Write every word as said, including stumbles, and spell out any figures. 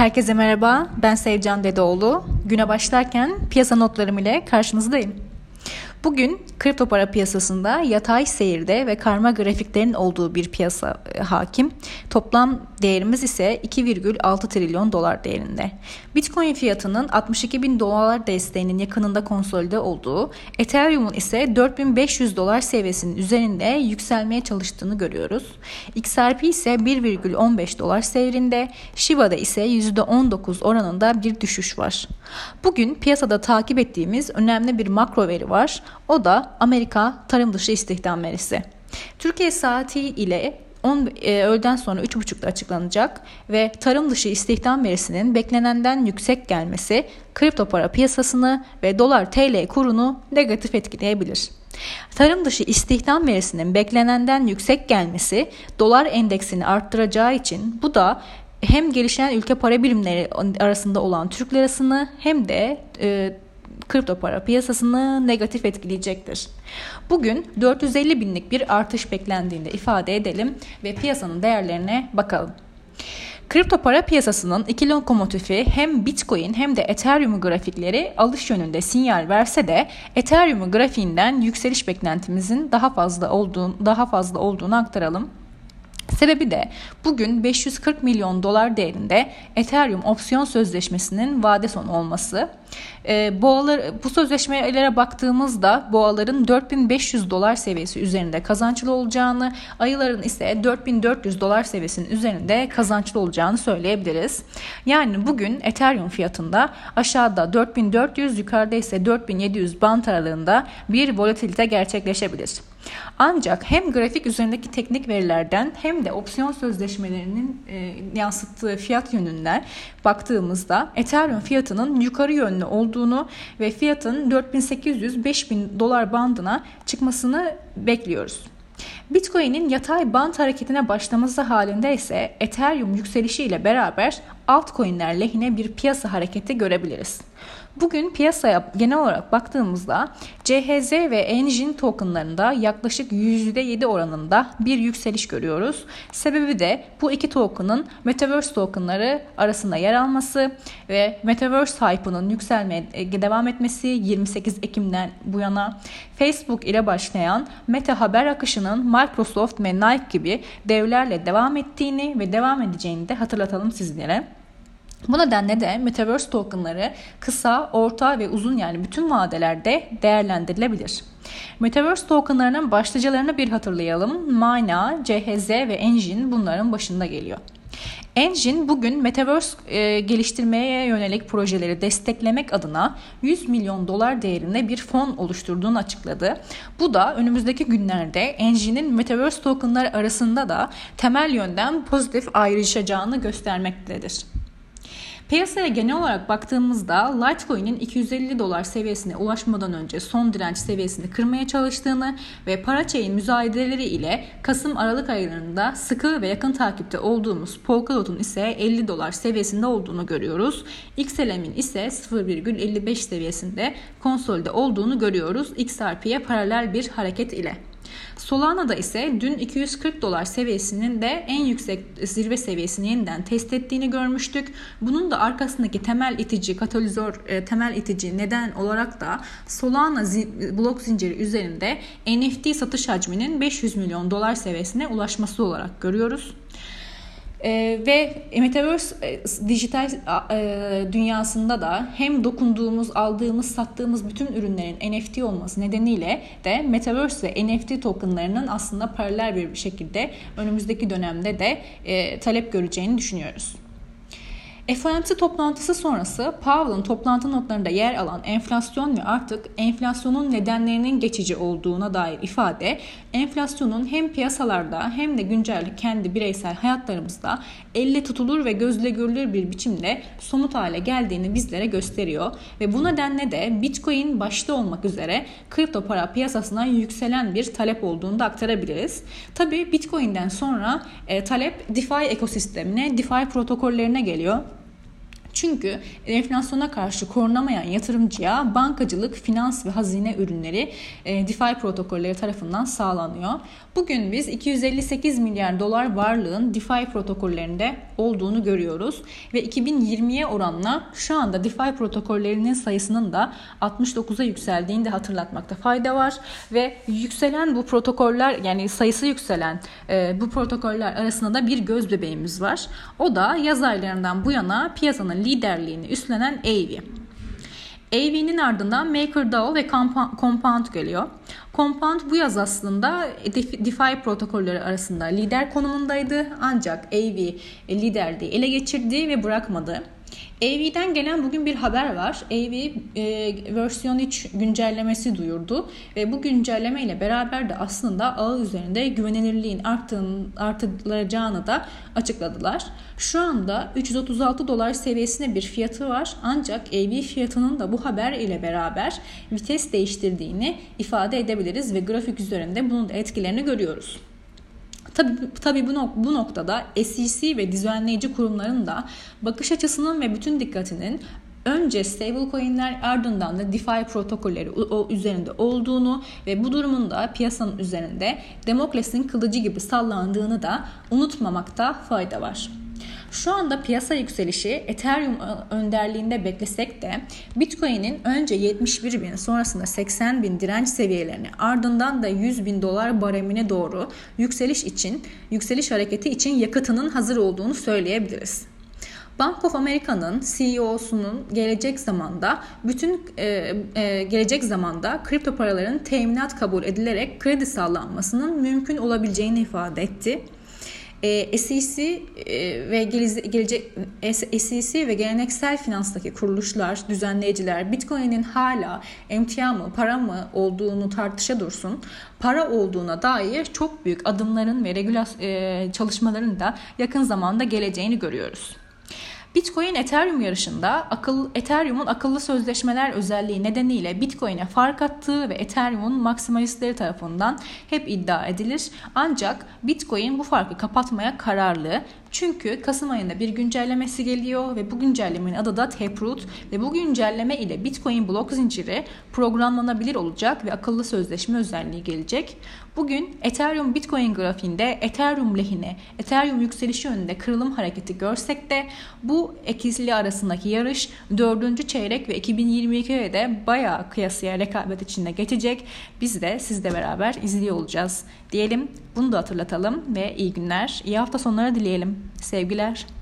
Herkese merhaba, ben Sevcan Dedeoğlu. Güne başlarken piyasa notlarım ile karşınızdayım. Bugün kripto para piyasasında yatay seyirde ve karma grafiklerin olduğu bir piyasa hakim. Toplam değerimiz ise iki virgül altı trilyon dolar değerinde. Bitcoin fiyatının altmış iki bin dolar desteğinin yakınında konsolide olduğu, Ethereum'un ise dört bin beş yüz dolar seviyesinin üzerinde yükselmeye çalıştığını görüyoruz. X R P ise bir virgül on beş dolar seyrinde, Shiba'da ise yüzde on dokuz oranında bir düşüş var. Bugün piyasada takip ettiğimiz önemli bir makro veri var. O da Amerika tarım dışı istihdam verisi. Türkiye saati ile on, e, öğleden sonra üç buçukta açıklanacak ve tarım dışı istihdam verisinin beklenenden yüksek gelmesi kripto para piyasasını ve dolar T L kurunu negatif etkileyebilir. Tarım dışı istihdam verisinin beklenenden yüksek gelmesi dolar endeksini arttıracağı için bu da hem gelişen ülke para birimleri arasında olan Türk lirasını hem de e, kripto para piyasasını negatif etkileyecektir. Bugün dört yüz elli binlik bir artış beklendiğini ifade edelim ve piyasanın değerlerine bakalım. Kripto para piyasasının iki lokomotifi hem Bitcoin hem de Ethereum grafikleri alış yönünde sinyal verse de Ethereum grafiğinden yükseliş beklentimizin daha fazla olduğunu, daha fazla olduğunu aktaralım. Sebebi de bugün beş yüz kırk milyon dolar değerinde Ethereum opsiyon sözleşmesinin vade sonu olması. E, boğalar, bu sözleşmelere baktığımızda boğaların dört bin beş yüz dolar seviyesi üzerinde kazançlı olacağını, ayıların ise dört bin dört yüz dolar seviyesinin üzerinde kazançlı olacağını söyleyebiliriz. Yani bugün Ethereum fiyatında aşağıda dört bin dört yüz, yukarıda ise dört bin yedi yüz band aralığında bir volatilite gerçekleşebilir. Ancak hem grafik üzerindeki teknik verilerden hem de opsiyon sözleşmelerinin e, yansıttığı fiyat yönünden baktığımızda Ethereum fiyatının yukarı yönlü olduğunu ve fiyatın dört bin sekiz yüz beş bin dolar bandına çıkmasını bekliyoruz. Bitcoin'in yatay band hareketine başlaması halinde ise Ethereum yükselişiyle beraber altcoin'ler lehine bir piyasa hareketi görebiliriz. Bugün piyasaya genel olarak baktığımızda C H Z ve Enjin tokenlarında yaklaşık yüzde yedi oranında bir yükseliş görüyoruz. Sebebi de bu iki token'ın Metaverse tokenları arasında yer alması ve Metaverse hype'ının yükselmeye devam etmesi yirmi sekiz Ekim'den bu yana Facebook ile başlayan meta haber akışının Microsoft ve Nike gibi devlerle devam ettiğini ve devam edeceğini de hatırlatalım sizlere. Bu nedenle de Metaverse tokenları kısa, orta ve uzun yani bütün vadelerde değerlendirilebilir. Metaverse tokenlarının başlıcalarını bir hatırlayalım. Mana, C H Z ve Enjin bunların başında geliyor. Enjin bugün Metaverse e, geliştirmeye yönelik projeleri desteklemek adına yüz milyon dolar değerinde bir fon oluşturduğunu açıkladı. Bu da önümüzdeki günlerde Enjin'in Metaverse tokenları arasında da temel yönden pozitif ayrışacağını göstermektedir. Piyasaya genel olarak baktığımızda Litecoin'in iki yüz elli dolar seviyesine ulaşmadan önce son direnç seviyesini kırmaya çalıştığını ve Parachain müzayedeleri ile Kasım-Aralık aylarında sıkı ve yakın takipte olduğumuz Polkadot'un ise elli dolar seviyesinde olduğunu görüyoruz. X L M'in ise sıfır virgül elli beş seviyesinde konsolide olduğunu görüyoruz X R P'ye paralel bir hareket ile. Solana'da ise dün iki yüz kırk dolar seviyesinin de en yüksek zirve seviyesini yeniden test ettiğini görmüştük. Bunun da arkasındaki temel itici, katalizör e, temel itici neden olarak da Solana zi- blok zinciri üzerinde N F T satış hacminin beş yüz milyon dolar seviyesine ulaşması olarak görüyoruz. Ee, ve Metaverse e, dijital e, dünyasında da hem dokunduğumuz, aldığımız, sattığımız bütün ürünlerin N F T olması nedeniyle de Metaverse ve N F T tokenlarının aslında paralel bir şekilde önümüzdeki dönemde de e, talep göreceğini düşünüyoruz. F O M C toplantısı sonrası Powell'ın toplantı notlarında yer alan enflasyon ve artık enflasyonun nedenlerinin geçici olduğuna dair ifade, enflasyonun hem piyasalarda hem de güncel kendi bireysel hayatlarımızda elle tutulur ve gözle görülür bir biçimde somut hale geldiğini bizlere gösteriyor. Ve bu nedenle de Bitcoin başta olmak üzere kripto para piyasasına yükselen bir talep olduğunu da aktarabiliriz. Tabii Bitcoin'den sonra e, talep DeFi ekosistemine, DeFi protokollerine geliyor. Çünkü enflasyona karşı korunamayan yatırımcıya bankacılık, finans ve hazine ürünleri e, DeFi protokolleri tarafından sağlanıyor. Bugün biz iki yüz elli sekiz milyar dolar varlığın DeFi protokollerinde olduğunu görüyoruz ve iki bin yirmiye oranla şu anda DeFi protokollerinin sayısının da altmış dokuza yükseldiğini de hatırlatmakta fayda var ve yükselen bu protokoller, yani sayısı yükselen e, bu protokoller arasında da bir göz bebeğimiz var. O da yaz aylarından bu yana piyasanın liderliğini üstlenen A V. A V'nin ardından MakerDAO ve Compound geliyor. Compound bu yaz aslında DeFi protokolleri arasında lider konumundaydı. Ancak A V liderliği ele geçirdi ve bırakmadı. A V'den gelen bugün bir haber var. A V e, versiyon üç güncellemesi duyurdu ve bu güncelleme ile beraber de aslında ağ üzerinde güvenilirliğin arttığını, artırılacağını da açıkladılar. Şu anda üç yüz otuz altı dolar seviyesinde bir fiyatı var. Ancak A V fiyatının da bu haber ile beraber vites değiştirdiğini ifade edebiliriz ve grafik üzerinde bunun da etkilerini görüyoruz. Tabii, tabii bu, nok- bu noktada S E C ve düzenleyici kurumların da bakış açısının ve bütün dikkatinin önce stablecoin'ler ardından da DeFi protokolleri o üzerinde olduğunu ve bu durumun da piyasanın üzerinde Damokles'in kılıcı gibi sallandığını da unutmamakta fayda var. Şu anda piyasa yükselişi Ethereum önderliğinde beklesek de Bitcoin'in önce yetmiş bir bin sonrasında seksen bin direnç seviyelerini ardından da yüz bin dolar baremine doğru yükseliş için yükseliş hareketi için yakıtının hazır olduğunu söyleyebiliriz. Bank of America'nın C E O'sunun gelecek zamanda bütün e, e, gelecek zamanda kripto paraların teminat kabul edilerek kredi sağlanmasının mümkün olabileceğini ifade etti. S E C ve gelecek S E C ve geleneksel finanstaki kuruluşlar, düzenleyiciler Bitcoin'in hala emtia mı, para mı olduğunu tartışa dursun. Para olduğuna dair çok büyük adımların ve regülasyon çalışmaların da yakın zamanda geleceğini görüyoruz. Bitcoin Ethereum yarışında akıl, Ethereum'un akıllı sözleşmeler özelliği nedeniyle Bitcoin'e fark attığı ve Ethereum'un maksimalistleri tarafından hep iddia edilir. Ancak Bitcoin bu farkı kapatmaya kararlı. Çünkü Kasım ayında bir güncellemesi geliyor ve bu güncellemenin adı da Taproot ve bu güncelleme ile Bitcoin blok zinciri programlanabilir olacak ve akıllı sözleşme özelliği gelecek. Bugün Ethereum Bitcoin grafiğinde Ethereum lehine, Ethereum yükselişi yönünde kırılım hareketi görsek de bu ikili arasındaki yarış dördüncü çeyrek ve iki bin yirmi ikiye de bayağı kıyasıya rekabet içinde geçecek. Biz de sizle beraber izliyor olacağız diyelim. Bunu da hatırlatalım ve iyi günler, iyi hafta sonları dileyelim. Sevgiler.